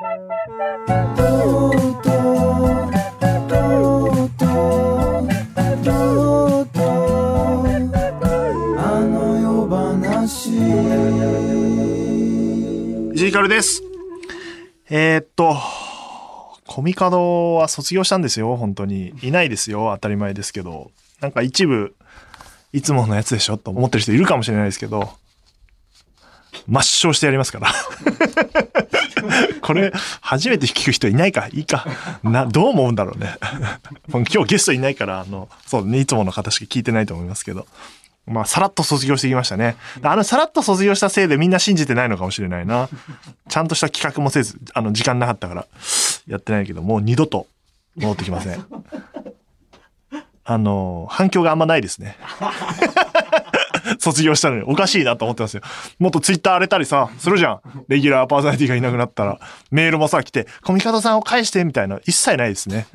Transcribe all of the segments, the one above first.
石井ひかるです。コミカドは卒業したんですよ。本当にいないですよ。当たり前ですけど、なんか一部いつものやつでしょと思ってる人いるかもしれないですけど、抹消してやりますからこれ初めて聞く人いないか。いいかどう思うんだろうね今日ゲストいないからそうね、いつもの方しか聞いてないと思いますけど、まあさらっと卒業してきましたね。さらっと卒業したせいでみんな信じてないのかもしれないな。ちゃんとした企画もせず、時間なかったからやってないけど、もう二度と戻ってきません。反響があんまないですね卒業したのにおかしいなと思ってますよ。もっとツイッター荒れたりさするじゃん。レギュラーパーソナリティがいなくなったらメールもさ来てコミカドさんを返してみたいな一切ないですね。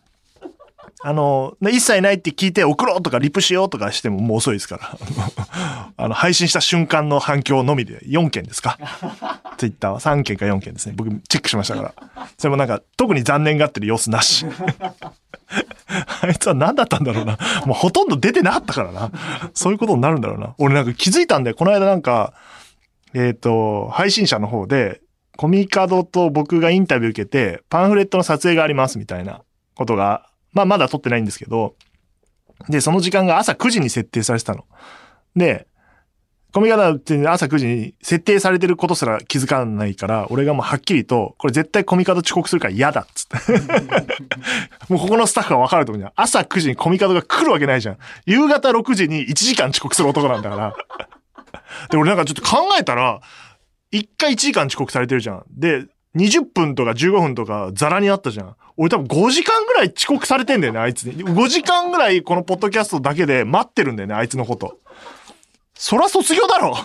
一切ないって聞いて送ろうとかリプしようとかしてももう遅いですから配信した瞬間の反響のみで4件ですか。ツイッターは3件か4件ですね。僕チェックしましたから。それもなんか特に残念がってる様子なしあいつは何だったんだろうな。もうほとんど出てなかったからな。そういうことになるんだろうな。俺なんか気づいたんで、この間なんか配信者の方でコミカドと僕がインタビュー受けてパンフレットの撮影がありますみたいなことがまだ撮ってないんですけど、で、その時間が朝9時に設定されてたの。で、コミカドって朝9時に設定されてることすら気づかないから、俺がもうはっきりと、これ絶対コミカド遅刻するから嫌だっつって。もうここのスタッフは分かると思うじゃん。朝9時にコミカドが来るわけないじゃん。夕方6時に1時間遅刻する男なんだから。で、俺なんかちょっと考えたら、1回1時間遅刻されてるじゃん。で、20分とか15分とかザラにあったじゃん。俺多分5時間ぐらい遅刻されてんだよね、あいつに。5時間ぐらいこのポッドキャストだけで待ってるんだよね、あいつのこと。そら卒業だろ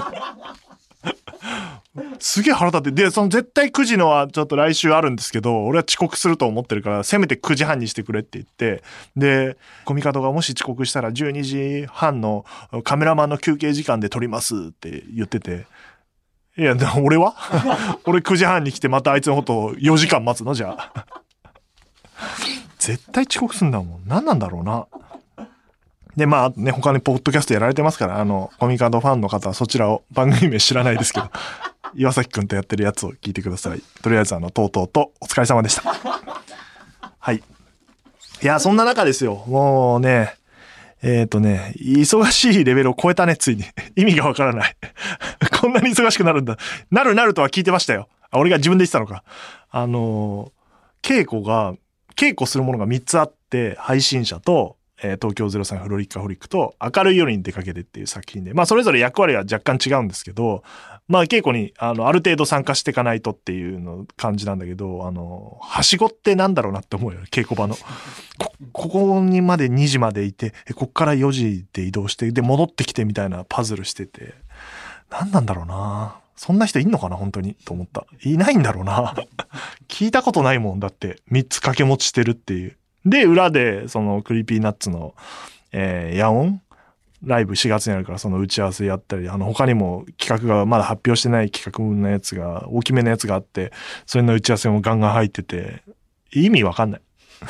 すげえ腹立って。で、その絶対9時のはちょっと来週あるんですけど、俺は遅刻すると思ってるから、せめて9時半にしてくれって言って、で、コミカドがもし遅刻したら12時半のカメラマンの休憩時間で撮りますって言ってて、いや、俺は俺9時半に来てまたあいつのことを4時間待つのじゃあ。絶対遅刻すんだもん。何なんだろうな。で、まあね、他にポッドキャストやられてますから、コミカドファンの方はそちらを番組名知らないですけど、岩崎くんとやってるやつを聞いてください。とりあえずとうとうとお疲れ様でした。はい。いや、そんな中ですよ。もうね、忙しいレベルを超えたね、ついに。意味がわからない。こんなに忙しくなるんだ。なるとは聞いてましたよ。俺が自分で言ってたのか。稽古するものが3つあって、配信者と、東京03フロリッカフリックと明るい夜に出かけてっていう作品で、まあそれぞれ役割は若干違うんですけど、まあ稽古にある程度参加していかないとっていうの感じなんだけど、はしごってなんだろうなって思うよね、稽古場の。ここにまで2時までいて、こっから4時で移動して、で戻ってきてみたいなパズルしてて、なんなんだろうな。そんな人いんのかな本当にと思った。いないんだろうな。聞いたことないもんだって3つ掛け持ちしてるっていう。で、裏で、その、クリーピーナッツの、野音ライブ4月にあるから、その打ち合わせやったり、他にも企画がまだ発表してない企画のやつが、大きめのやつがあって、それの打ち合わせもガンガン入ってて、意味わかんない。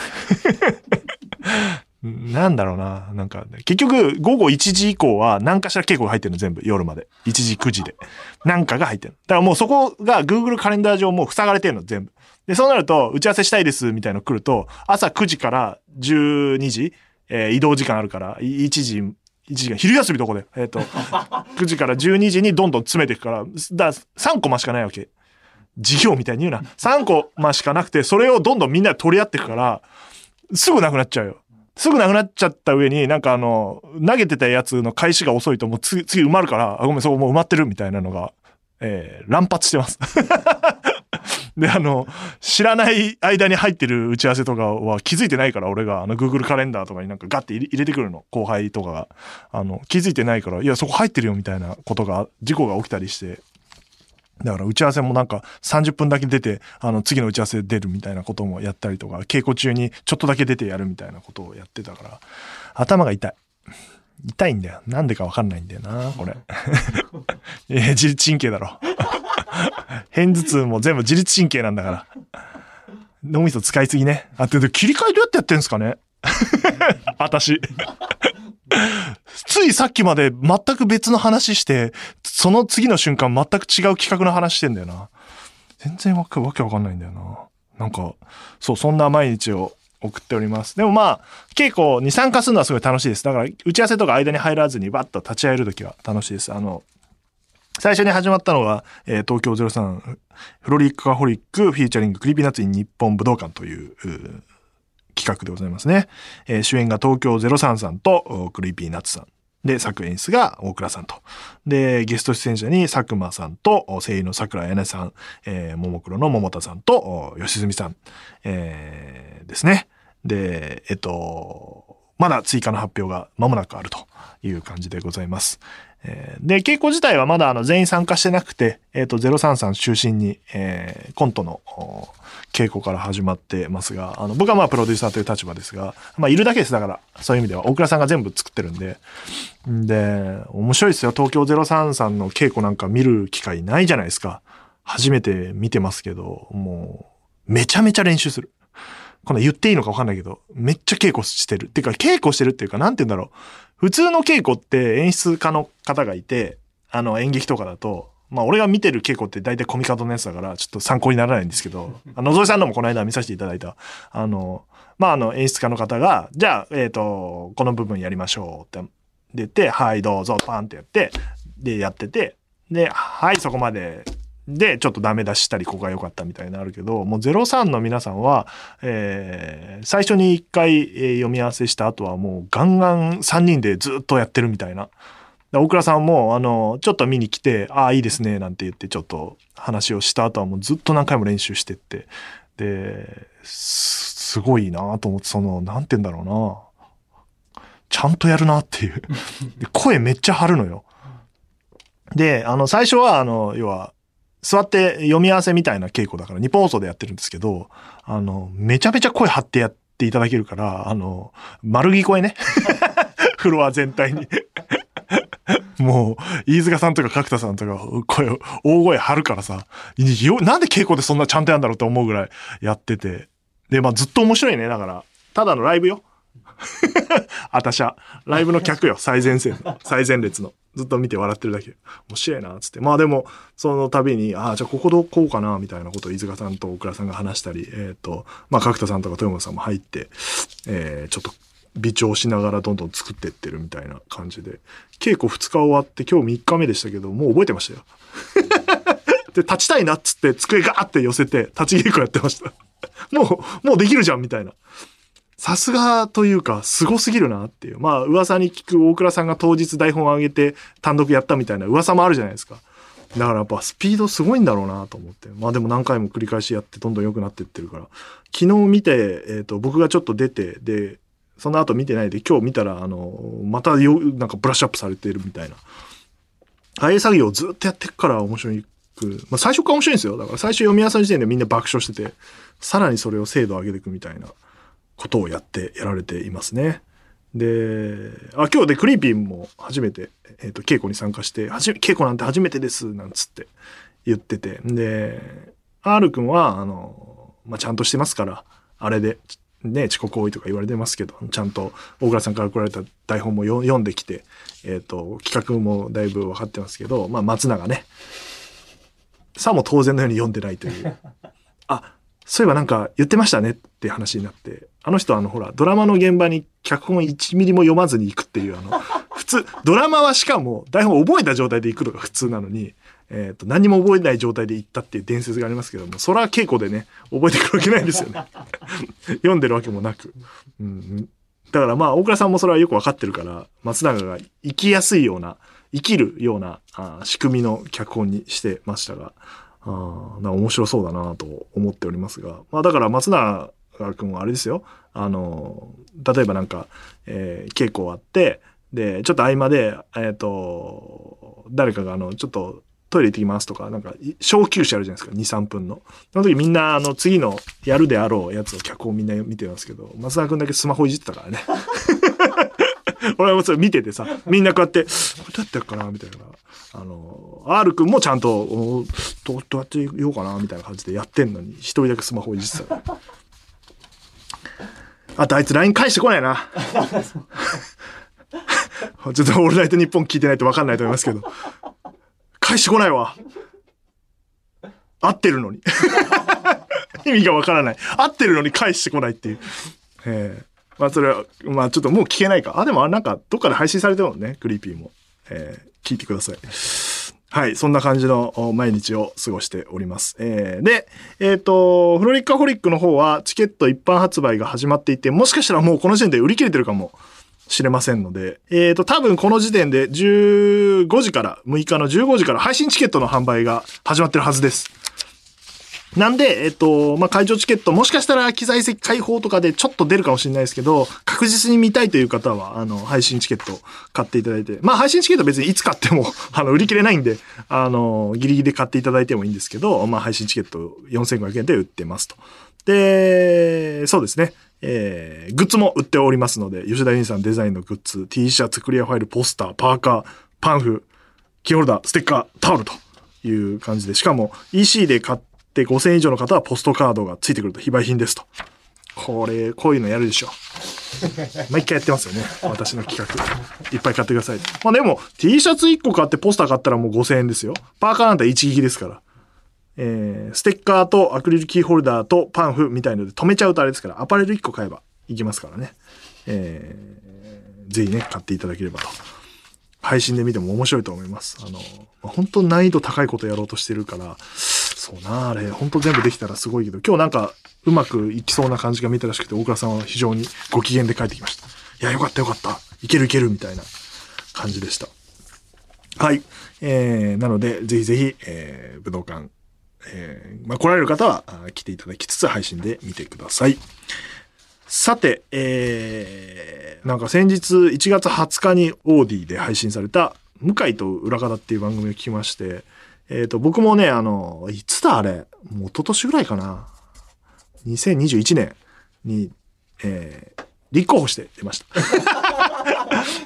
なんだろうな。なんか、結局、午後1時以降は何かしら稽古が入ってるの、全部、夜まで。1時、9時で。なんかが入ってる。だからもうそこが Google カレンダー上もう塞がれてるの、全部。で、そうなると、打ち合わせしたいですみたいなの来ると、朝9時から12時、移動時間あるから、1時間、昼休みどこで、9時から12時にどんどん詰めていくから、3コマしかないわけ。授業みたいに言うな。3コマしかなくて、それをどんどんみんなで取り合っていくから、すぐなくなっちゃうよ。すぐなくなっちゃった上に、なんか投げてたやつの開始が遅いともう次埋まるから、ごめん、そこもう埋まってるみたいなのが、乱発してます。で、知らない間に入ってる打ち合わせとかは気づいてないから、俺がGoogle カレンダーとかになんかガッて入れてくるの。後輩とかが。気づいてないから、いや、そこ入ってるよみたいなことが、事故が起きたりして。だから打ち合わせもなんか30分だけ出て、次の打ち合わせ出るみたいなこともやったりとか、稽古中にちょっとだけ出てやるみたいなことをやってたから、頭が痛い。痛いんだよ。なんでかわかんないんだよな、これ。自律神経だろ。 片頭痛も全部自律神経なんだから。脳みそ使いすぎね。あ、で切り替えどうやってやってんすかね私。ついさっきまで全く別の話して、その次の瞬間全く違う企画の話してんだよな。全然わけわかんないんだよな。なんか、そう、そんな毎日を送っております。でもまあ、稽古に参加するのはすごい楽しいです。だから、打ち合わせとか間に入らずにバッと立ち会えるときは楽しいです。最初に始まったのが、東京03フロリックカホリックフィーチャリングクリーピーナッツイン日本武道館という企画でございますね。主演が東京03さんとクリーピーナッツさん。で、作演出が大倉さんと。で、ゲスト出演者に佐久間さんと声優の桜彩音さん、ももクロの桃田さんと吉住さん、ですね。で、まだ追加の発表が間もなくあるという感じでございます。で、稽古自体はまだ全員参加してなくて、033中心に、コントの稽古から始まってますが、僕はまあプロデューサーという立場ですが、まあいるだけです。だから、そういう意味では大倉さんが全部作ってるんで。で、面白いですよ。東京033の稽古なんか見る機会ないじゃないですか。初めて見てますけど、もう、めちゃめちゃ練習する。こんな言っていいのか分かんないけど、めっちゃ稽古してる。っていうか、稽古してるっていうか、なんて言うんだろう。普通の稽古って演出家の方がいて、演劇とかだと、まあ俺が見てる稽古って大体コミカドのやつだから、ちょっと参考にならないんですけど、野添さんのもこの間見させていただいた、演出家の方が、じゃあ、この部分やりましょうって言って、はい、どうぞ、パンってやって、で、やってて、で、はい、そこまで、で、ちょっとダメ出ししたり、ここが良かったみたいになるけど、もう03の皆さんは、最初に一回、読み合わせした後はもうガンガン3人でずっとやってるみたいな。大倉さんも、ちょっと見に来て、ああ、いいですね、なんて言ってちょっと話をした後はもうずっと何回も練習してって。で、すごいなと思って、なんて言うんだろうな。ちゃんとやるなっていう。声めっちゃ張るのよ。で、最初は、要は、座って読み合わせみたいな稽古だから、日本放送でやってるんですけど、めちゃめちゃ声張ってやっていただけるから、丸聞こえね。フロア全体に。もう、飯塚さんとか角田さんとか大声張るからさ、なんで稽古でそんなちゃんとやんだろうって思うぐらいやってて。で、まあずっと面白いね。だから、ただのライブよ。あたしゃ、ライブの客よ。最前列の。ずっと見て笑ってるだけ。面白いな、つって。まあでも、その度に、じゃあここどうこうかな、みたいなことを飯塚さんと大倉さんが話したり、角田さんとか豊本さんも入って、ちょっと微調しながらどんどん作ってってるみたいな感じで。稽古2日終わって今日3日目でしたけど、もう覚えてましたよ。で、立ちたいなっつって机ガーって寄せて、立ち稽古やってました。もうできるじゃん、みたいな。さすがというか、すごすぎるなっていう。まあ、噂に聞く大倉さんが当日台本を上げて単独やったみたいな噂もあるじゃないですか。だからやっぱスピードすごいんだろうなと思って。まあでも何回も繰り返しやってどんどん良くなってってるから。昨日見て、僕がちょっと出て、で、その後見てないで今日見たら、またなんかブラッシュアップされてるみたいな。ああいう作業をずっとやっていくから面白く。まあ最初から面白いんですよ。だから最初読み合わせの時点でみんな爆笑してて、さらにそれを精度を上げていくみたいなことをやられていますね。で、今日でクリーピーも初めて、稽古に参加して、稽古なんて初めてです、なんつって言ってて。で、R 君は、ちゃんとしてますから、あれで、ね、遅刻多いとか言われてますけど、ちゃんと大倉さんから来られた台本も読んできて、企画もだいぶ分かってますけど、まあ松永ね、さも当然のように読んでないという。そういえばなんか言ってましたねって話になって、あの人ほら、ドラマの現場に脚本1ミリも読まずに行くっていう普通、ドラマはしかも台本覚えた状態で行くのが普通なのに、何にも覚えない状態で行ったっていう伝説がありますけども、それは稽古でね、覚えてくるわけないんですよね。読んでるわけもなく。だからまあ、大倉さんもそれはよくわかってるから、松永が生きるような仕組みの脚本にしてましたが、面白そうだなと思っておりますが。まあだから松永君はあれですよ。例えばなんか、稽古終わって、で、ちょっと合間で、誰かがちょっとトイレ行ってきますとか、なんか、小休止あるじゃないですか、2、3分の。その時みんな次のやるであろうやつを脚本みんな見てますけど、松永君だけスマホいじってたからね。 俺はそれ見ててさ、みんなこうやって、これどうやってやるかなみたいな。R 君もちゃんと、どうやって言おうかなみたいな感じでやってんのに、一人だけスマホをいじってた。あとあいつ LINE 返してこないな。ちょっとオールナイトニッポン聞いてないと分かんないと思いますけど。返してこないわ。合ってるのに。意味が分からない。合ってるのに返してこないっていう。まあそれは、まあちょっともう聞けないか。あ、でもなんかどっかで配信されてるもんね、クリーピーも。聞いてください。はい、そんな感じの毎日を過ごしております。で、フロリッカホリックの方はチケット一般発売が始まっていて、もしかしたらもうこの時点で売り切れてるかもしれませんので、多分この時点で15時から、6日の15時から配信チケットの販売が始まってるはずです。なんで、まあ、会場チケット、もしかしたら機材席開放とかでちょっと出るかもしれないですけど、確実に見たいという方は、配信チケット買っていただいて、まあ、配信チケット別にいつ買っても、売り切れないんで、ギリギリで買っていただいてもいいんですけど、まあ、配信チケット4500円で売ってますと。で、そうですね。グッズも売っておりますので、吉田ユニさんデザインのグッズ、T シャツ、クリアファイル、ポスター、パーカー、パンフ、キーホルダー、ステッカー、タオルという感じで、しかも EC で買って5000円以上の方はポストカードがついてくると非売品ですと。こういうのやるでしょ。毎回やってますよね。私の企画。いっぱい買ってください。まあでも T シャツ1個買ってポスター買ったらもう5000円ですよ。パーカーなんて一撃ですから。ステッカーとアクリルキーホルダーとパンフみたいので止めちゃうとあれですから、アパレル1個買えばいきますからね。ぜひね、買っていただければと。配信で見ても面白いと思います。本当難易度高いことやろうとしてるから、そうなあれ、本当全部できたらすごいけど、今日なんかうまくいきそうな感じが見たらしくて、大倉さんは非常にご機嫌で帰ってきました。いや、よかったよかった。いけるいけるみたいな感じでした。はい。なので、ぜひぜひ、武道館、まあ、来られる方は来ていただきつつ配信で見てください。さて、なんか先日1月20日にオーディで配信された向井と裏方っていう番組を聞きまして、僕もね、いつだあれ、もう一昨年ぐらいかな。2021年に、立候補して出ました。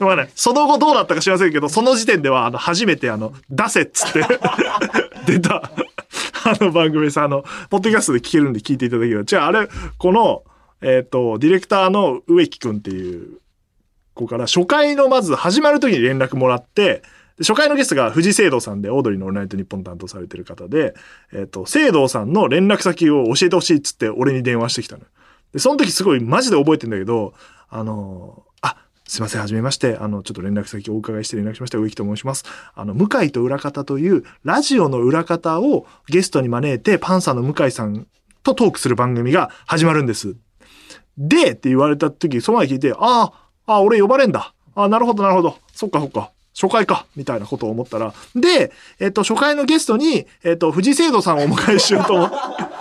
まあね、その後どうなったか知りませんけど、その時点では初めて出せっつって出た番組さ、ポッドキャストで聞けるんで聞いていただければ。じゃああれ、この、ディレクターの植木くんっていう子から初回のまず始まる時に連絡もらって、初回のゲストが藤聖堂さんで、オードリーのオールナイトニッポン担当されてる方で、聖堂さんの連絡先を教えてほしいっつって俺に電話してきたの。で、その時すごいマジで覚えてんだけど、すいません、はじめまして。ちょっと連絡先をお伺いして連絡しました。植木と申します。向井と裏方というラジオの裏方をゲストに招いて、パンサーの向井さんとトークする番組が始まるんです。で、って言われた時、その前聞いて、俺呼ばれんだ。なるほど、なるほど。そっか、そっか。初回か。みたいなことを思ったら。で、初回のゲストに、藤聖堂さんをお迎えしようと思って。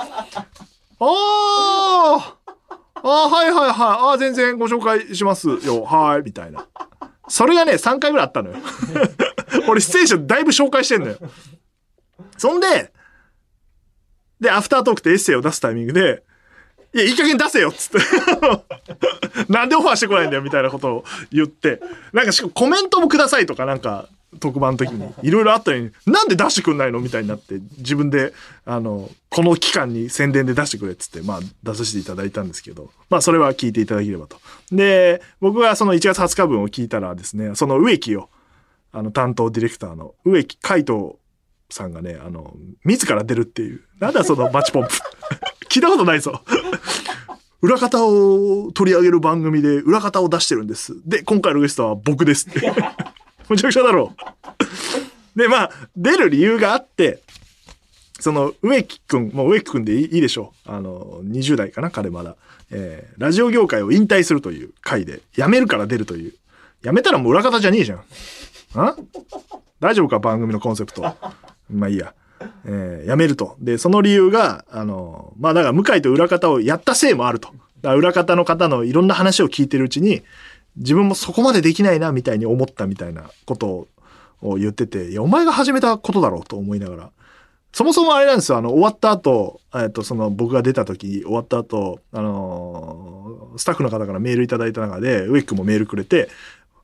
はいはいはい。全然ご紹介しますよ。はい、みたいな。それがね、3回ぐらいあったのよ。俺出演者だいぶ紹介してんのよ。そんで、アフタートークってエッセイを出すタイミングで、いや、いい加減出せよっつって。なんでオファーしてこないんだよみたいなことを言って。なんかしかもコメントもくださいとかなんか特番の時にいろいろあったのに、なんで出してくんないのみたいになって、自分で、この期間に宣伝で出してくれっつって、まあ出させていただいたんですけど、まあそれは聞いていただければと。で、僕がその1月20日分を聞いたらですね、その植木を、担当ディレクターの植木海斗さんがね、自ら出るっていう。なんだそのマッチポンプ。聞いたことないぞ。裏方を取り上げる番組で裏方を出してるんです。で、今回のゲストは僕ですって。むちゃくちゃだろう。で、まあ、出る理由があって、その植木くん、もう植木くんでいいでしょう。20代かな、彼まだ。ラジオ業界を引退するという回で、辞めるから出るという。辞めたらもう裏方じゃねえじゃん。大丈夫か、番組のコンセプト。まあいいや。辞めると。で、その理由が、まあだから向井と裏方をやったせいもあると。だから裏方の方のいろんな話を聞いてるうちに、自分もそこまでできないな、みたいに思ったみたいなことを言ってて、いや、お前が始めたことだろうと思いながら。そもそもあれなんですよ、終わった後、その僕が出た時、終わった後、スタッフの方からメールいただいた中で、植木君もメールくれて、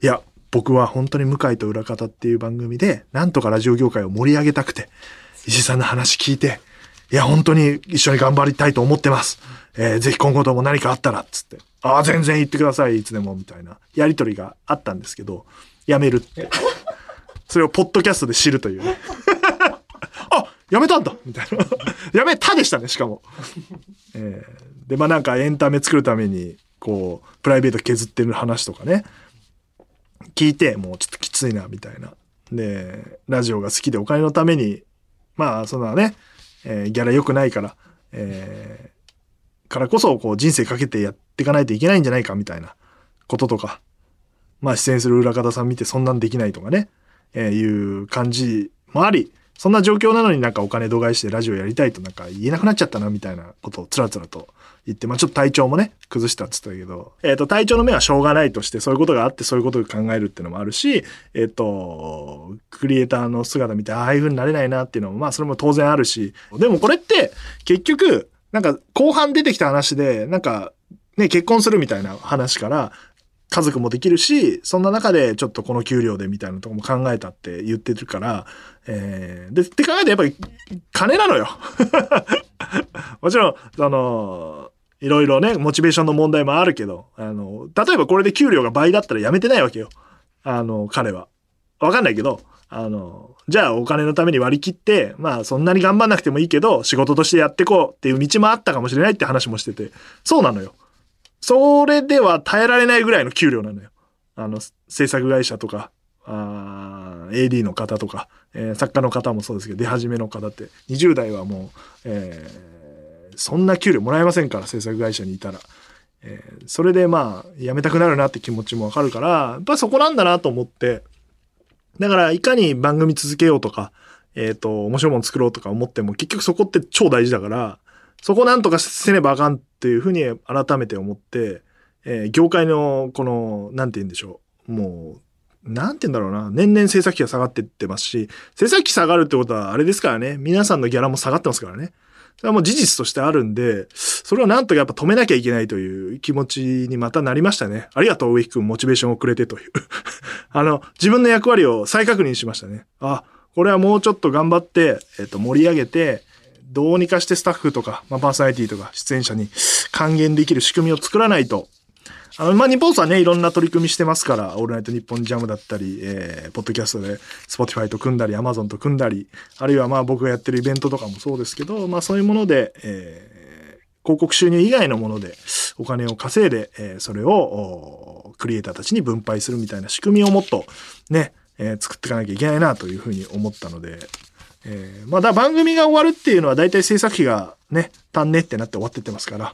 いや、僕は本当に向井と裏方っていう番組で、なんとかラジオ業界を盛り上げたくて、石井さんの話聞いて、いや、本当に一緒に頑張りたいと思ってます。ぜひ今後とも何かあったら、つって。ああ、全然言ってください、いつでも、みたいなやりとりがあったんですけど、やめるって。それをポッドキャストで知るというね。あ、やめたんだみたいな。やめたでしたね、しかも。で、まあなんかエンタメ作るために、こう、プライベート削ってる話とかね、聞いて、もうちょっときついな、みたいな。で、ラジオが好きでお金のために、まあ、そんなね、ギャラ良くないから、からこそ、こう、人生かけてやっていかないといけないんじゃないか、みたいなこととか、まあ、出演する裏方さん見てそんなんできないとかね、いう感じもあり、そんな状況なのになんかお金度外視してラジオやりたいとなんか言えなくなっちゃったなみたいなことをつらつらと言って、まあちょっと体調もね、崩したっつったけど、体調の面はしょうがないとしてそういうことがあってそういうことを考えるっていうのもあるし、クリエイターの姿見てああいう風になれないなっていうのもまあそれも当然あるし、でもこれって結局なんか後半出てきた話でなんかね、結婚するみたいな話から、家族もできるし、そんな中でちょっとこの給料でみたいなとこも考えたって言ってるから、で、って考えてやっぱり金なのよ。もちろん、いろいろね、モチベーションの問題もあるけど、例えばこれで給料が倍だったら辞めてないわけよ。彼は。わかんないけど、じゃあお金のために割り切って、まあそんなに頑張んなくてもいいけど、仕事としてやってこうっていう道もあったかもしれないって話もしてて、そうなのよ。それでは耐えられないぐらいの給料なのよ。制作会社とか、AD の方とか、作家の方もそうですけど、出始めの方って、20代はもう、そんな給料もらえませんから、制作会社にいたら。それでまあ、辞めたくなるなって気持ちもわかるから、やっぱそこなんだなと思って、だから、いかに番組続けようとか、面白いもの作ろうとか思っても、結局そこって超大事だから、そこなんとかせねばあかんっていうふうに改めて思って、業界のこの、なんて言うんでしょう。もう、なんて言うんだろうな。年々制作費が下がってってますし、制作費下がるってことはあれですからね。皆さんのギャラも下がってますからね。それはもう事実としてあるんで、それをなんとかやっぱ止めなきゃいけないという気持ちにまたなりましたね。ありがとう、植木くん、モチベーションをくれてという。自分の役割を再確認しましたね。あ、これはもうちょっと頑張って、盛り上げて、どうにかしてスタッフとか、まあ、パーソナリティとか出演者に還元できる仕組みを作らないと。まあ、日本はね、いろんな取り組みしてますから、オールナイトニッポンジャムだったり、ポッドキャストで、スポティファイと組んだり、アマゾンと組んだり、あるいはまあ僕がやってるイベントとかもそうですけど、まあそういうもので、広告収入以外のものでお金を稼いで、それをクリエイターたちに分配するみたいな仕組みをもっとね、作っていかなきゃいけないなというふうに思ったので、まあだ番組が終わるっていうのは大体制作費がね、足んねってなって終わってってますから、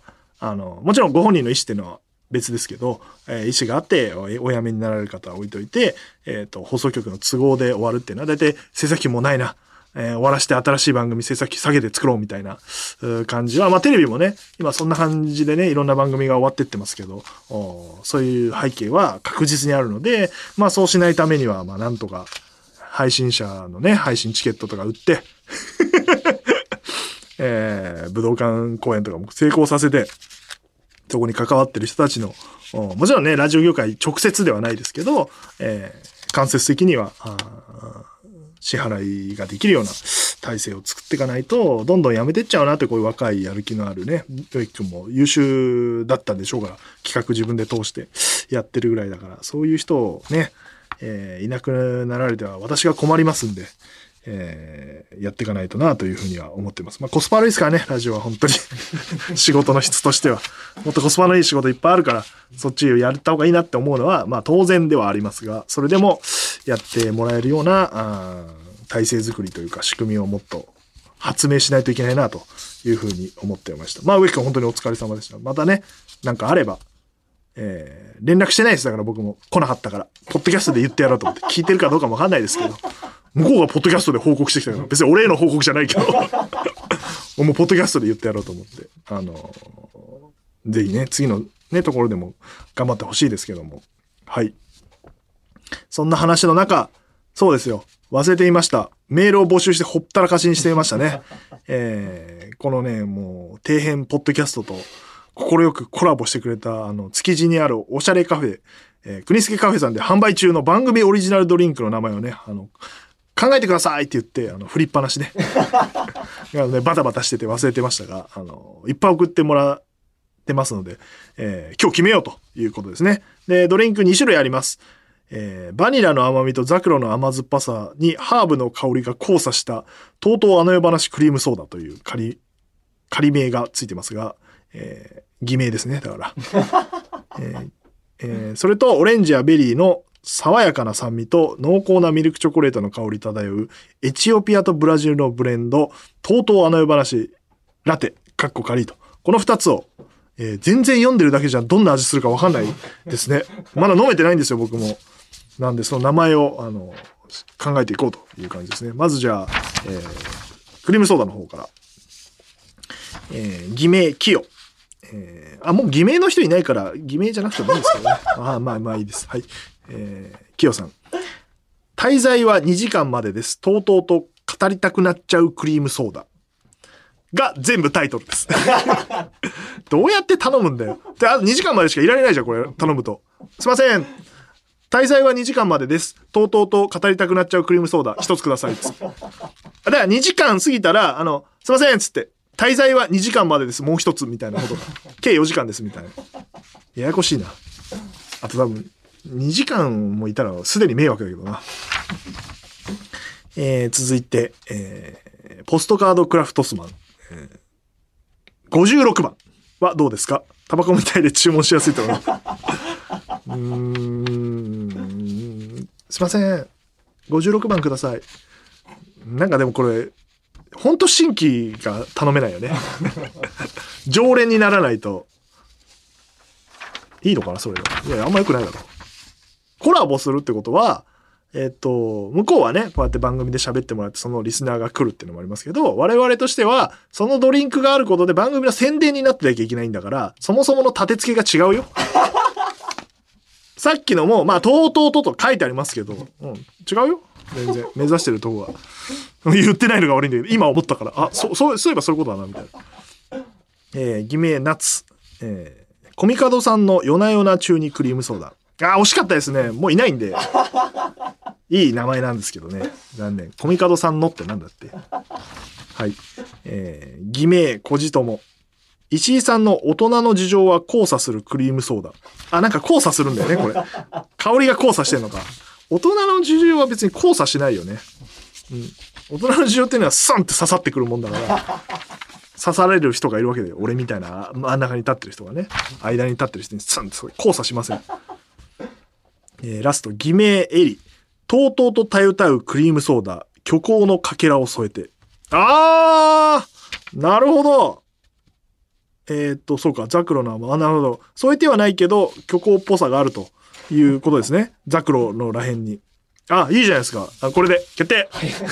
もちろんご本人の意思っていうのは別ですけど、意思があってお辞めになられる方は置いといて、放送局の都合で終わるっていうのは大体制作費もないな。終わらして新しい番組制作費下げて作ろうみたいな感じは、まあテレビもね、今そんな感じでね、いろんな番組が終わってってますけど、そういう背景は確実にあるので、まあそうしないためには、まあなんとか配信者のね、配信チケットとか売って、武道館公演とかも成功させて、そこに関わってる人たちの、もちろんね、ラジオ業界直接ではないですけど、間接的には、支払いができるような体制を作っていかないと、どんどんやめてっちゃうなって、こういう若いやる気のあるね、ヨイ君も優秀だったんでしょうから、企画自分で通してやってるぐらいだから、そういう人をね、いなくなられては私が困りますんで、やっていかないとなというふうには思ってます。まあコスパ悪いですからね、ラジオは本当に。仕事の質としては。もっとコスパのいい仕事いっぱいあるから、そっちをやった方がいいなって思うのは、まあ当然ではありますが、それでもやってもらえるような体制づくりというか仕組みをもっと発明しないといけないなというふうに思ってました。まあ植木君本当にお疲れ様でした。またね、なんかあれば、連絡してないです。だから僕も来なかったから、ポッドキャストで言ってやろうと思って、聞いてるかどうかもわかんないですけど、向こうがポッドキャストで報告してきたから、別に俺への報告じゃないけど、もうポッドキャストで言ってやろうと思って、ぜひね、次のね、ところでも頑張ってほしいですけども。はい。そんな話の中、そうですよ。忘れていました。メールを募集してほったらかしにしていましたね。このね、もう、底辺ポッドキャストと、快くコラボしてくれた、築地にあるおしゃれカフェ、 国助カフェさんで販売中の番組オリジナルドリンクの名前をね、考えてくださいって言って、振りっぱなしで、ね、バタバタしてて忘れてましたが、いっぱい送ってもらってますので、今日決めようということですね。で、ドリンク2種類あります。バニラの甘みとザクロの甘酸っぱさにハーブの香りが交差した、とうとうあの世話クリームソーダという仮名がついてますが、偽名ですね、だから。それとオレンジやベリーの爽やかな酸味と濃厚なミルクチョコレートの香り漂うエチオピアとブラジルのブレンド、とうとうあの世話ラテ、かっこ仮と。この2つを、全然読んでるだけじゃどんな味するか分かんないですね。まだ飲めてないんですよ、僕も。なんでその名前を考えていこうという感じですね。まずじゃあ、クリームソーダの方から。偽名、キヨ。もう偽名の人いないから、偽名じゃなくてもいいんですけどね。まあいいです。はい。キヨさん。滞在は2時間までです。とうとうと語りたくなっちゃうクリームソーダ。が全部タイトルです。どうやって頼むんだよ。で、2時間までしかいられないじゃん、これ。頼むと。すいません。滞在は2時間までです。とうとうと語りたくなっちゃうクリームソーダ1つください。だから2時間過ぎたら、すいませんっつって、滞在は2時間までです。もう1つみたいなことが。計4時間ですみたいな。ややこしいな。あと多分、2時間もいたらすでに迷惑だけどな。続いて、ポストカードクラフトスマン。56番はどうですか？タバコみたいで注文しやすいと思います。すいません。56番ください。なんかでもこれ、ほんと新規が頼めないよね。常連にならないと。いいのかなそれで。いや、あんま良くないだろ。コラボするってことは、向こうはね、こうやって番組で喋ってもらって、そのリスナーが来るっていうのもありますけど、我々としては、そのドリンクがあることで番組の宣伝になってなきゃいけないんだから、そもそもの立て付けが違うよ。さっきのも、とうとうと書いてありますけど、違うよ。全然、目指してるとこは。言ってないのが悪いんだけど、今思ったから、そういえばそういうことだな、みたいな。偽名、夏。コミカドさんの夜な夜な中にクリームソーダ。惜しかったですね。もういないんで。いい名前なんですけどね。残念。コミカドさんのってなんだって。はい。偽名、小じとも。石井さんの大人の事情は交差するクリームソーダ。なんか交差するんだよね、これ。香りが交差してんのか。大人の事情は別に交差しないよね。大人の事情っていうのはスンって刺さってくるもんだから。刺される人がいるわけで、俺みたいな真ん中に立ってる人がね。間に立ってる人にスンって交差しません。ラスト、偽名エリ。とうとうとたゆたうクリームソーダ。虚構のかけらを添えて。なるほど。そうか、ザクロのなるほど。添えてはないけど、虚構っぽさがあるということですね。ザクロのらへんに。いいじゃないですか。これで、決定。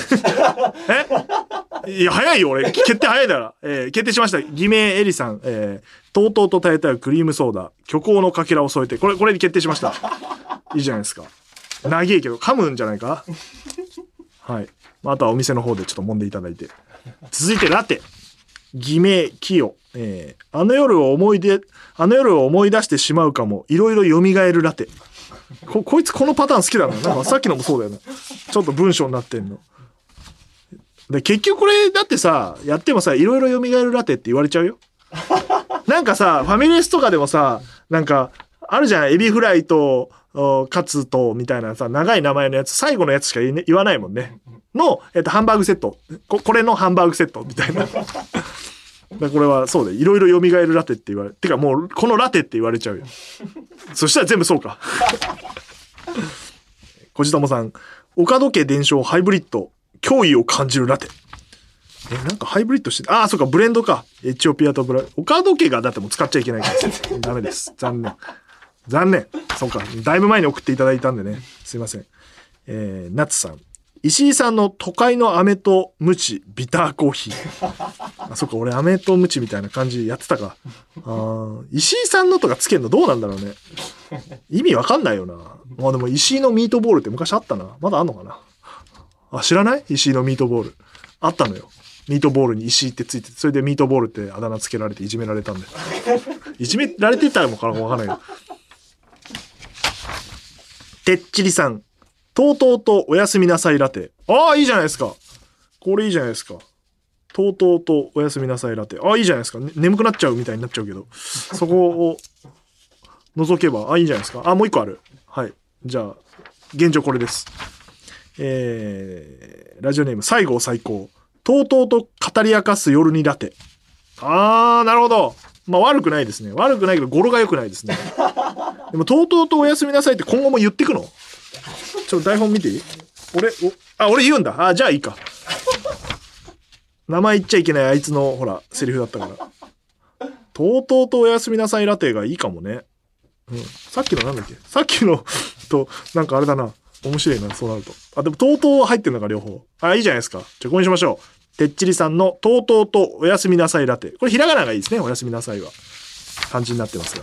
いや、早いよ、俺。決定早いだろ。決定しました。偽名エリさん。とうとうとたゆたうクリームソーダ。虚構のかけらを添えて。これに決定しました。いいじゃないですか。長いけど、噛むんじゃないか。はい。あとはお店の方でちょっと揉んでいただいて。続いて、ラテ。偽名、キヨ。あの夜を思い出してしまうかも。いろいろ蘇るラテ。こいつこのパターン好きだな。なんかさっきのもそうだよね。ちょっと文章になってんの。で、結局これだってさ、やってもさ、いろいろ蘇るラテって言われちゃうよ。なんかさ、ファミレスとかでもさ、なんか、あるじゃん。エビフライと、カツと、みたいなさ、長い名前のやつ、最後のやつしか言わないもんね。の、ハンバーグセット。これのハンバーグセット、みたいな。これはそうで、いろいろ蘇るラテって言われ、てかもう、このラテって言われちゃうよ。そしたら全部そうか。小じともさん、岡時計伝承ハイブリッド、脅威を感じるラテ。なんかハイブリッドして、そうか、ブレンドか。エチオピアと岡時計がだってもう使っちゃいけないから。ダメです。残念。そうか、だいぶ前に送っていただいたんでね。すいません。ナツさん。石井さんの都会の飴とムチビターコーヒー。そっか、俺飴とムチみたいな感じやってたか。石井さんのとかつけんのどうなんだろうね。意味わかんないよな。でも石井のミートボールって昔あったな。まだあんのかな。知らない？石井のミートボール。あったのよ。ミートボールに石井ってついてて、それでミートボールってあだ名つけられていじめられたんで。いじめられてたのかなわかんないけど。 てっちりさん、とうとうとおやすみなさいラテ。ああ、いいじゃないですか。これいいじゃないですか。とうとうとおやすみなさいラテ。ああ、いいじゃないですか。眠くなっちゃうみたいになっちゃうけど。そこを覗けば、いいんじゃないですか。もう一個ある。はい。じゃあ、現状これです。ラジオネーム、西郷最高。とうとうと語り明かす夜にラテ。なるほど。まあ悪くないですね。悪くないけど語呂が良くないですね。でもとうとうとおやすみなさいって今後も言ってくの？台本見ていい？俺言うんだ。じゃあいいか。名前言っちゃいけないあいつのほらセリフだったから。とうとうとおやすみなさいラテがいいかもね。さっきのなんだっけ？さっきのとなんかあれだな。面白いな、そうなると。でもとうとう入ってんのか両方。いいじゃないですか。じゃあこれにしましょう。てっちりさんのとうとうとおやすみなさいラテ。これひらがながいいですね。おやすみなさいは漢字になってますが。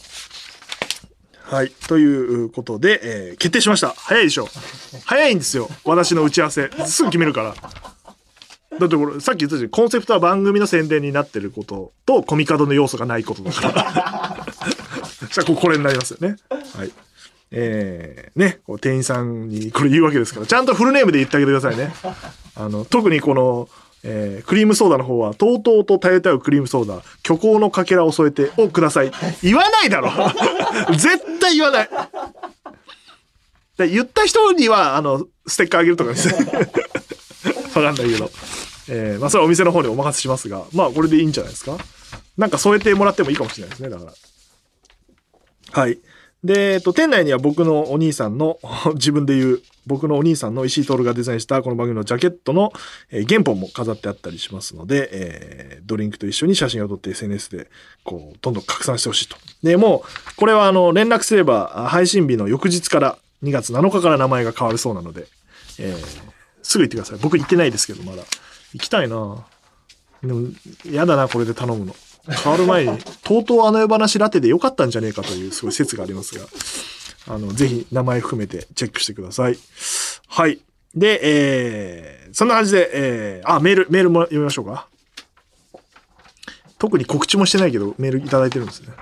はい。ということで、決定しました。早いでしょ。早いんですよ。私の打ち合わせ。すぐ決めるから。だってこれ、さっき言ったじゃん。コンセプトは番組の宣伝になってることと、コミカドの要素がないことだから。じゃあ、これになりますよね。はい。こう店員さんにこれ言うわけですから、ちゃんとフルネームで言ってあげてくださいね。特にこの、クリームソーダの方は、とうとうとたゆたうクリームソーダ、虚構のかけらを添えて、ください。言わないだろ絶対言わない。言った人には、ステッカーあげるとかですね。わかんないけど。まあ、それはお店の方にお任せしますが、まあ、これでいいんじゃないですか。なんか添えてもらってもいいかもしれないですね、だから。はい。で、店内には僕のお兄さんの、自分で言う、僕のお兄さんの石井徹がデザインしたこの番組のジャケットの、原本も飾ってあったりしますので、ドリンクと一緒に写真を撮って SNS で、こう、どんどん拡散してほしいと。で、もう、これは連絡すれば、配信日の翌日から2月7日から名前が変わるそうなので、すぐ行ってください。僕行ってないですけど、まだ。行きたいな。でも、やだな、これで頼むの。変わる前に、とうとうあの世話ラテでよかったんじゃねえかというすごい説がありますが、ぜひ名前含めてチェックしてください。はい。で、そんな感じで、メールも読みましょうか。特に告知もしてないけど、メールいただいてるんですね。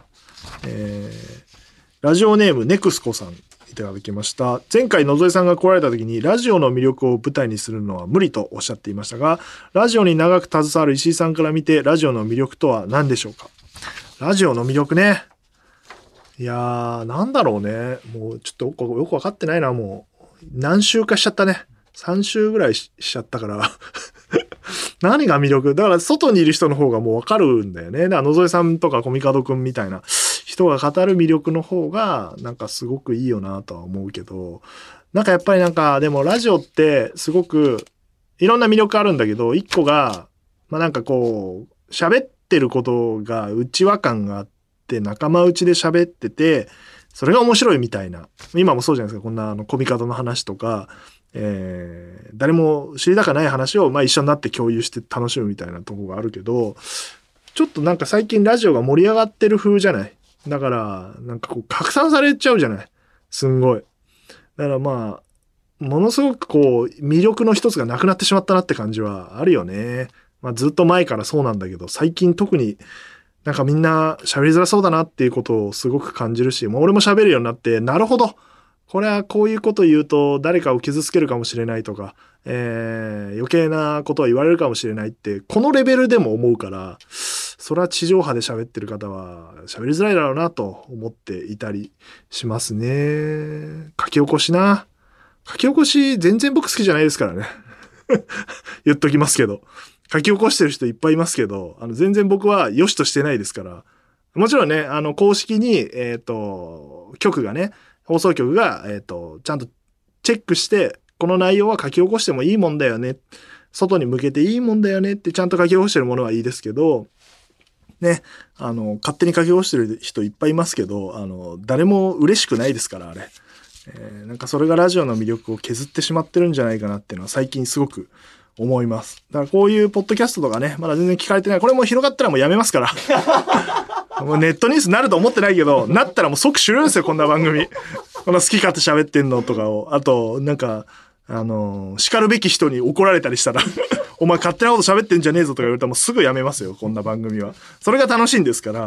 ラジオネームネクスコさん。いただきました。前回野添さんが来られた時にラジオの魅力を舞台にするのは無理とおっしゃっていましたが、ラジオに長く携わる石井さんから見てラジオの魅力とは何でしょうか？ラジオの魅力ね。いやー、なんだろうね。もうちょっとよくわかってないな、もう。何週かしちゃったね。3週ぐらい しちゃったから。何が魅力？だから外にいる人の方がもうわかるんだよね。だから野添さんとかコミカドくんみたいな人が語る魅力の方がなんかすごくいいよなとは思うけど、なんかやっぱりなんかでもラジオってすごくいろんな魅力あるんだけど、一個がまあなんかこう喋ってることが内輪感があって仲間内で喋っててそれが面白いみたいな、今もそうじゃないですか。こんなコミカドの話とか、誰も知りたくない話をまあ一緒になって共有して楽しむみたいなところがあるけど、ちょっとなんか最近ラジオが盛り上がってる風じゃない。だからなんかこう拡散されちゃうじゃない。すんごい。だからまあものすごくこう魅力の一つがなくなってしまったなって感じはあるよね。まあずっと前からそうなんだけど、最近特になんかみんな喋りづらそうだなっていうことをすごく感じるし、もう俺も喋るようになって、なるほど。これはこういうこと言うと誰かを傷つけるかもしれないとか、余計なことは言われるかもしれないってこのレベルでも思うから、それは地上波で喋ってる方は喋りづらいだろうなと思っていたりしますね。書き起こし全然僕好きじゃないですからね。言っときますけど、書き起こしてる人いっぱいいますけど、全然僕は良しとしてないですから。もちろんね、公式に局がね、放送局が、ちゃんとチェックして、この内容は書き起こしてもいいもんだよね。外に向けていいもんだよねってちゃんと書き起こしてるものはいいですけど、ね、勝手に書き起こしてる人いっぱいいますけど、誰も嬉しくないですから、あれ。なんかそれがラジオの魅力を削ってしまってるんじゃないかなっていうのは最近すごく思います。だからこういうポッドキャストとかね、まだ全然聞かれてない。これも広がったらもうやめますから。もうネットニュースになると思ってないけど、なったらもう即終了ですよ、こんな番組。こんな好き勝手喋ってんのとかを。あと、なんか、叱るべき人に怒られたりしたら、お前勝手なこと喋ってんじゃねえぞとか言われたらもうすぐやめますよ、こんな番組は。それが楽しいんですから、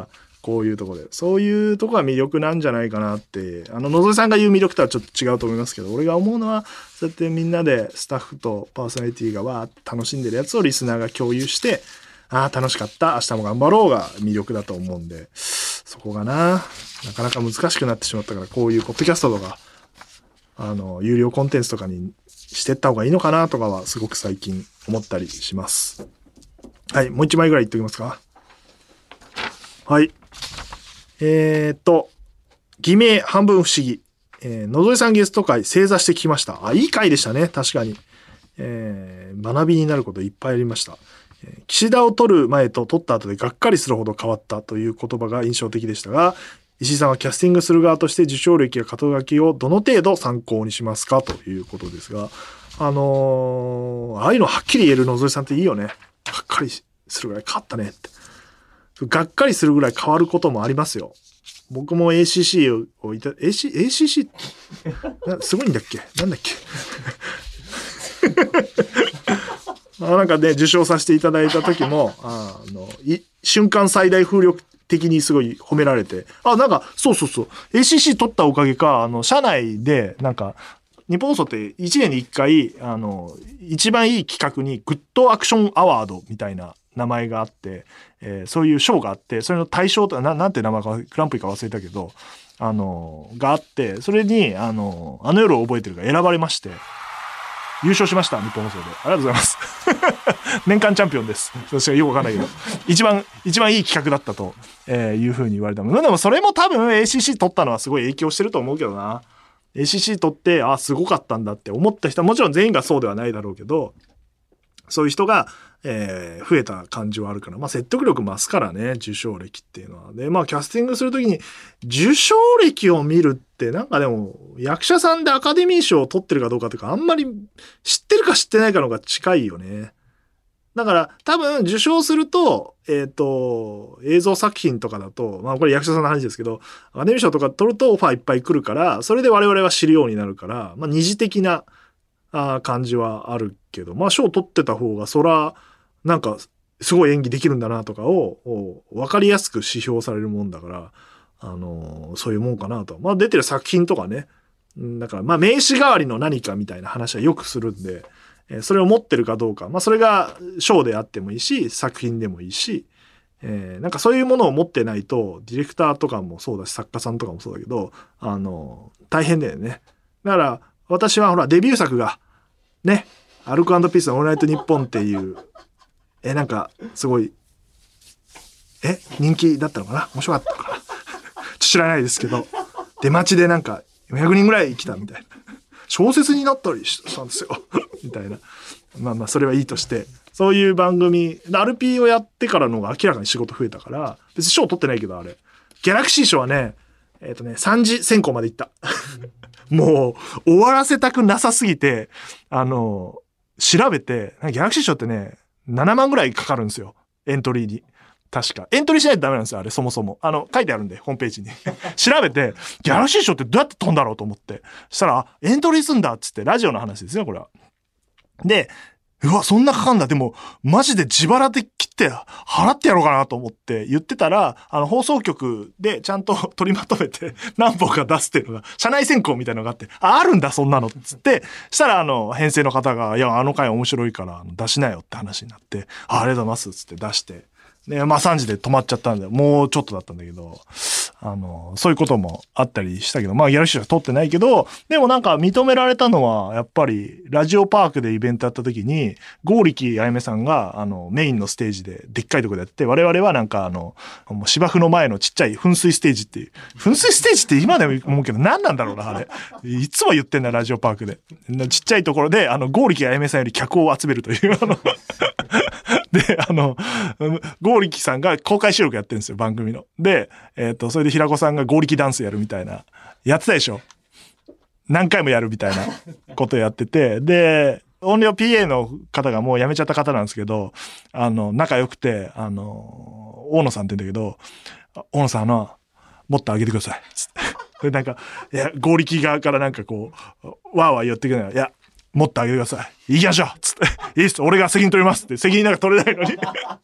こういうところで。そういうとこが魅力なんじゃないかなって、野添さんが言う魅力とはちょっと違うと思いますけど、俺が思うのは、そうやってみんなでスタッフとパーソナリティがわーって楽しんでるやつをリスナーが共有して、ああ、楽しかった、明日も頑張ろうが魅力だと思うんで、そこがなかなか難しくなってしまったから、こういうポッドキャストとか、有料コンテンツとかにしてった方がいいのかなとかは、すごく最近思ったりします。はい、もう一枚ぐらい言っておきますか。はい。偽名半分不思議。野添さんゲスト会正座して聞きました。いい回でしたね。確かに。学びになることいっぱいありました。岸田を取る前と取った後でがっかりするほど変わったという言葉が印象的でしたが、石井さんはキャスティングする側として受賞歴や肩書きをどの程度参考にしますかということですが、ああいうのはっきり言える野添さんっていいよね。がっかりするぐらい変わったねって。がっかりするぐらい変わることもありますよ。僕も ACC をACC すごいんだっけなんだっけなんかね、受賞させていただいた時も、瞬間最大風力的にすごい褒められて、なんか、そう、ACC 取ったおかげか、社内で、なんか、日本放送って1年に1回、一番いい企画にグッドアクションアワードみたいな名前があって、そういう賞があって、それの対象となんて名前か、グランプリか忘れたけど、があって、それに、夜を覚えてるから選ばれまして、優勝しました、日本放送で。ありがとうございます。年間チャンピオンです。私はよくわかんないけど。一番いい企画だったと、いうふうに言われた。でもそれも多分 ACC 取ったのはすごい影響してると思うけどな。ACC 取って、すごかったんだって思った人はもちろん全員がそうではないだろうけど、そういう人が、増えた感じはあるから、説得力増すからね、受賞歴っていうのは。で、キャスティングするときに、受賞歴を見るって、なんかでも、役者さんでアカデミー賞を取ってるかどうかというか、あんまり知ってるか知ってないかの方が近いよね。だから、多分、受賞すると、映像作品とかだと、これ役者さんの話ですけど、アカデミー賞とか取るとオファーいっぱい来るから、それで我々は知るようになるから、二次的な感じはあるけど、賞取ってた方が、そら、なんか、すごい演技できるんだなとかを、分かりやすく指標されるもんだから、そういうもんかなと。出てる作品とかね。だから、名刺代わりの何かみたいな話はよくするんで、それを持ってるかどうか。それが賞であってもいいし、作品でもいいし、なんかそういうものを持ってないと、ディレクターとかもそうだし、作家さんとかもそうだけど、大変だよね。だから、私はほら、デビュー作が、ね、アルコ&ピースのオールナイトニッポンっていう、なんか、すごい、人気だったのかな面白かったのかな知らないですけど、出待ちでなんか、400人ぐらい来たみたいな。小説になったりしたんですよ。みたいな。それはいいとして、そういう番組、RP をやってからのが明らかに仕事増えたから、別に賞取ってないけど、あれ。ギャラクシー賞はね、3次選考まで行った。もう、終わらせたくなさすぎて、調べて、ギャラクシー賞ってね、7万ぐらいかかるんですよ。エントリーに。確か。エントリーしないとダメなんですよ、あれ、そもそも。書いてあるんで、ホームページに。調べて、ギャラクシー賞ってどうやって飛んだろうと思って。そしたら、エントリーすんだっつって、ラジオの話ですよ、これは。で、うわ、そんなかかんだ。でも、マジで自腹で切って払ってやろうかなと思って言ってたら、放送局でちゃんと取りまとめて何本か出すっていうのが、社内選考みたいなのがあって、あるんだ、そんなのっつって、したら、編成の方が、いや、回面白いから出しなよって話になって、ありがとうございますっつって出して、で、3時で止まっちゃったんで、もうちょっとだったんだけど、そういうこともあったりしたけど、ギャラクシーは取ってないけど、でもなんか認められたのは、やっぱり、ラジオパークでイベントやった時に、剛力あやめさんが、メインのステージで、でっかいとこでやって、我々はなんかもう芝生の前のちっちゃい噴水ステージっていう、噴水ステージって今でも思うけど、何なんだろうな、あれ。いつも言ってんだ、ラジオパークで。ちっちゃいところで、剛力あやめさんより客を集めるという、で、剛力さんが公開収録やってるんですよ、番組の。で、それで平子さんが剛力ダンスやるみたいな、やってたでしょ。何回もやるみたいなことやってて、で、音量 PA の方がもう辞めちゃった方なんですけど、仲良くて、大野さんって言うんだけど、大野さんもっと上げてください。つって。で、なんか、いや、剛力側からなんかこう、わーわー言ってくるのよ。いや、もっと上げてください。行きましょうつって。いいっす。俺が責任取りますって。責任なんか取れないのに。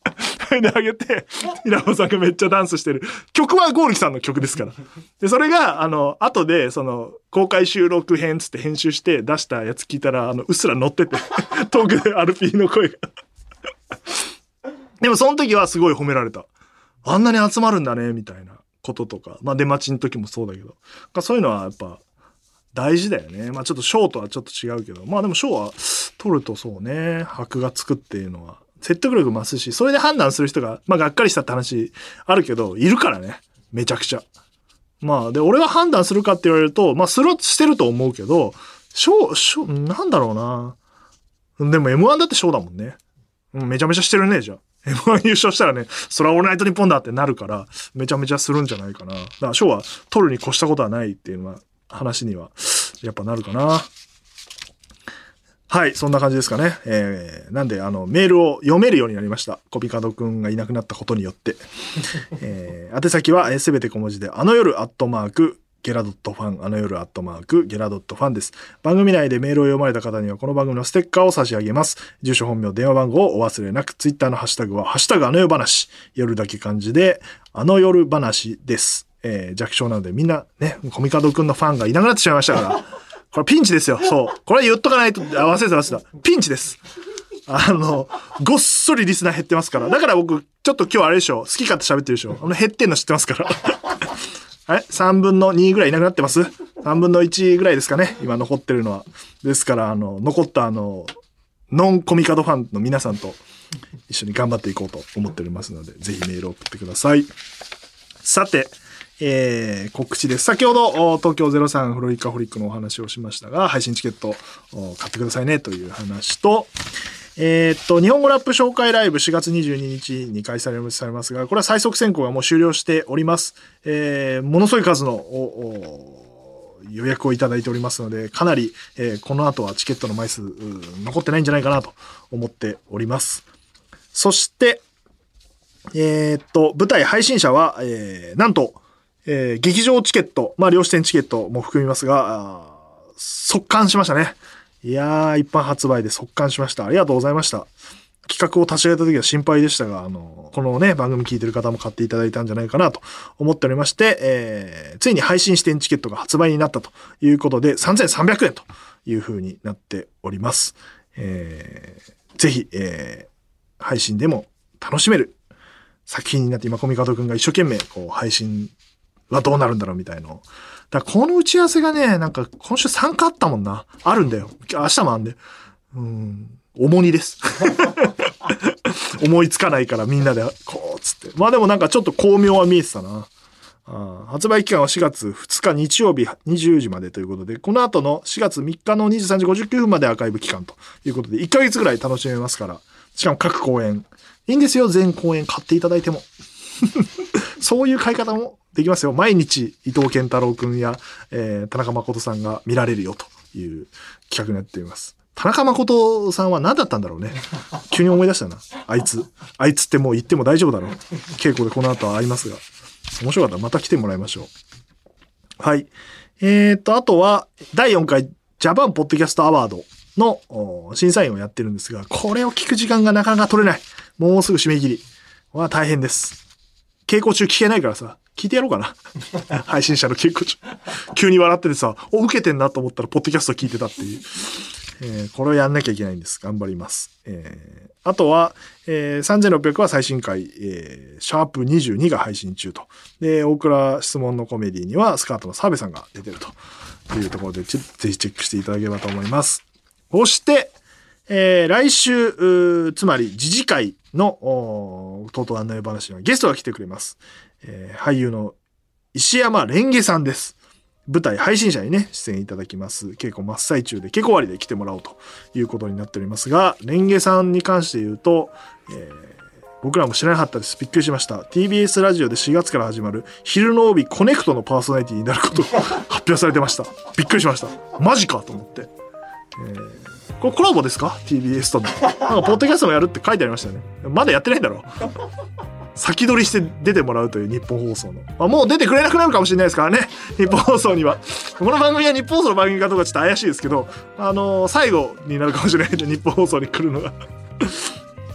声で上げて平子さんがめっちゃダンスしてる曲はゴールキさんの曲ですから。でそれが後でその公開収録編つって編集して出したやつ聞いたらうっすら乗っててトークでアルピーの声がでもその時はすごい褒められた。あんなに集まるんだねみたいなこととか、まあ出待ちの時もそうだけど、そういうのはやっぱ大事だよね。まあちょっとショーとはちょっと違うけど、まあでもショーは取るとそうね、箔がつくっていうのは説得力増すし、それで判断する人がまあがっかりしたって話あるけど、いるからね、めちゃくちゃ。まあで俺は判断するかって言われると、まあしてると思うけど、なんだろうな。でも M1 だってショーだもんね。めちゃめちゃしてるね、じゃあ。M1 優勝したらね、それはオールナイトニッポンだってなるから、めちゃめちゃするんじゃないかな。だから賞は取るに越したことはないっていうのは、話には、やっぱなるかな。はい、そんな感じですかね。なんで、メールを読めるようになりました。コピカドくんがいなくなったことによって。宛先は、すべて小文字で、夜ゲラドットファン、ゲラドットファンです。番組内でメールを読まれた方にはこの番組のステッカーを差し上げます。住所、本名、電話番号をお忘れなく、ツイッターのハッシュタグは、ハッシュタグ夜話。夜だけ漢字で、夜話です。弱小なのでみんなね、コミカドくんのファンがいなくなってしまいましたから、これピンチですよ。そう。これ言っとかないと、忘れてた。ピンチです。ごっそりリスナー減ってますから。だから僕、ちょっと今日あれでしょ、好き勝手喋ってるでしょ。減ってんの知ってますから。3分の2ぐらいいなくなってます ?3 分の1ぐらいですかね。今残ってるのは。ですから、残ったノンコミカドファンの皆さんと一緒に頑張っていこうと思っておりますので、ぜひメールを送ってください。さて、告知です。先ほど、東京03フロリカホリックのお話をしましたが、配信チケットを買ってくださいねという話と、日本語ラップ紹介ライブ4月22日に開催されますが、これは最速選考がもう終了しております。ものすごい数の予約をいただいておりますので、かなり、この後はチケットの枚数残ってないんじゃないかなと思っております。そして、舞台配信者は、なんと、劇場チケット、まあ、両視点チケットも含みますが、速完しましたね。いやー、一般発売で速完しました。ありがとうございました。企画を立ち上げた時は心配でしたが、このね、番組聞いてる方も買っていただいたんじゃないかなと思っておりまして、ついに配信視点チケットが発売になったということで、3300円という風になっております。ぜひ、配信でも楽しめる作品になって、今、コミカドくんが一生懸命、こう、配信はどうなるんだろうみたいな。だからこの打ち合わせがね、なんか今週参加あったもんな。あるんだよ。明日もあんで。重荷です。思いつかないからみんなでこうつって。まあでもなんかちょっと巧妙は見えてたな。発売期間は4月2日日曜日20時までということで、この後の4月3日の23時59分までアーカイブ期間ということで、1ヶ月ぐらい楽しめますから。しかも各公演。いいんですよ、全公演買っていただいても。そういう買い方もできますよ。毎日伊藤健太郎くんや、田中誠さんが見られるよという企画になっています。田中誠さんは何だったんだろうね。急に思い出したな。あいつってもう言っても大丈夫だろう。稽古でこの後は会いますが。面白かったらまた来てもらいましょう。はい。あとは第4回ジャパンポッドキャストアワードの審査員をやってるんですが、これを聞く時間がなかなか取れない。もうすぐ締め切り。は大変です。稽古中聞けないからさ、聞いてやろうかな。配信者の稽古中。急に笑っててさ、受けてんなと思ったら、ポッドキャスト聞いてたっていう。これをやんなきゃいけないんです。頑張ります。あとは、3600は最新回、シャープ22が配信中と。で、大倉質問のコメディには、スカートの澤部さんが出てるというところで、ぜひチェックしていただければと思います。そして、来週、つまり次次回のとうとう案内話にはゲストが来てくれます。俳優の石山レンゲさんです。舞台配信者にね、出演いただきます。稽古真っ最中で稽古終わりで来てもらおうということになっておりますが、レンゲさんに関して言うと、僕らも知らなかったです。びっくりしました。TBS ラジオで4月から始まる昼の帯コネクトのパーソナリティになることを発表されてました。びっくりしました。マジかと思って。これコラボですか ?TBS との。なんかポッドキャストもやるって書いてありましたよね。まだやってないんだろう。先取りして出てもらうという日本放送の。もう出てくれなくなるかもしれないですからね。日本放送には。この番組は日本放送の番組かどうかちょっと怪しいですけど、最後になるかもしれないんで、日本放送に来るのが。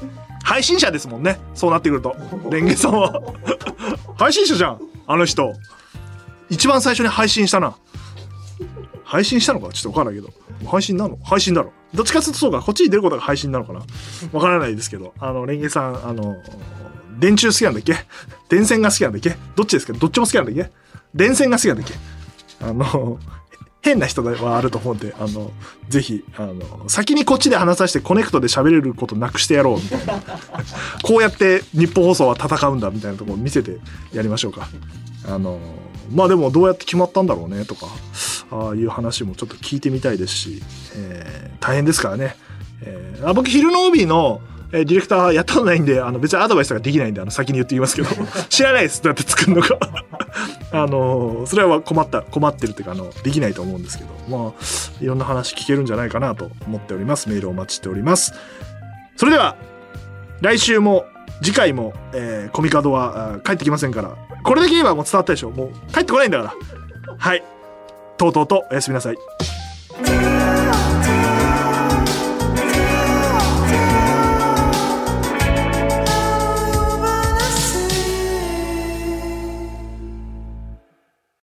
配信者ですもんね。そうなってくるとレンゲさんは配信者じゃん。あの人一番最初に配信したな。配信したのかちょっと分からないけど、配信なの？配信だろ。どっちかというとそうか、こっちに出ることが配信なのかな、分からないですけど、レンゲさん電柱好きなんだっけ、電線が好きなんだっけ、どっちですか？どっちも好きなんだっけ、電線が好きなんだっけ。変な人ではあると思うんで、ぜひ先にこっちで話させてコネクトで喋れることなくしてやろうみたいなこうやって日本放送は戦うんだみたいなところを見せてやりましょうか。まあでもどうやって決まったんだろうねとか、ああいう話もちょっと聞いてみたいですし、大変ですからね。僕昼の帯のディレクターやったことないんで、別にアドバイスとかできないんで先に言って言いますけど知らないです、だって作るのかそれは困ってるっていうかできないと思うんですけど、まあいろんな話聞けるんじゃないかなと思っております。メールをお待ちしております。それでは来週も次回も、コミカドは帰ってきませんから、これだけ言えばもう伝わったでしょ。もう帰ってこないんだから。はい、とうとうとおやすみなさい。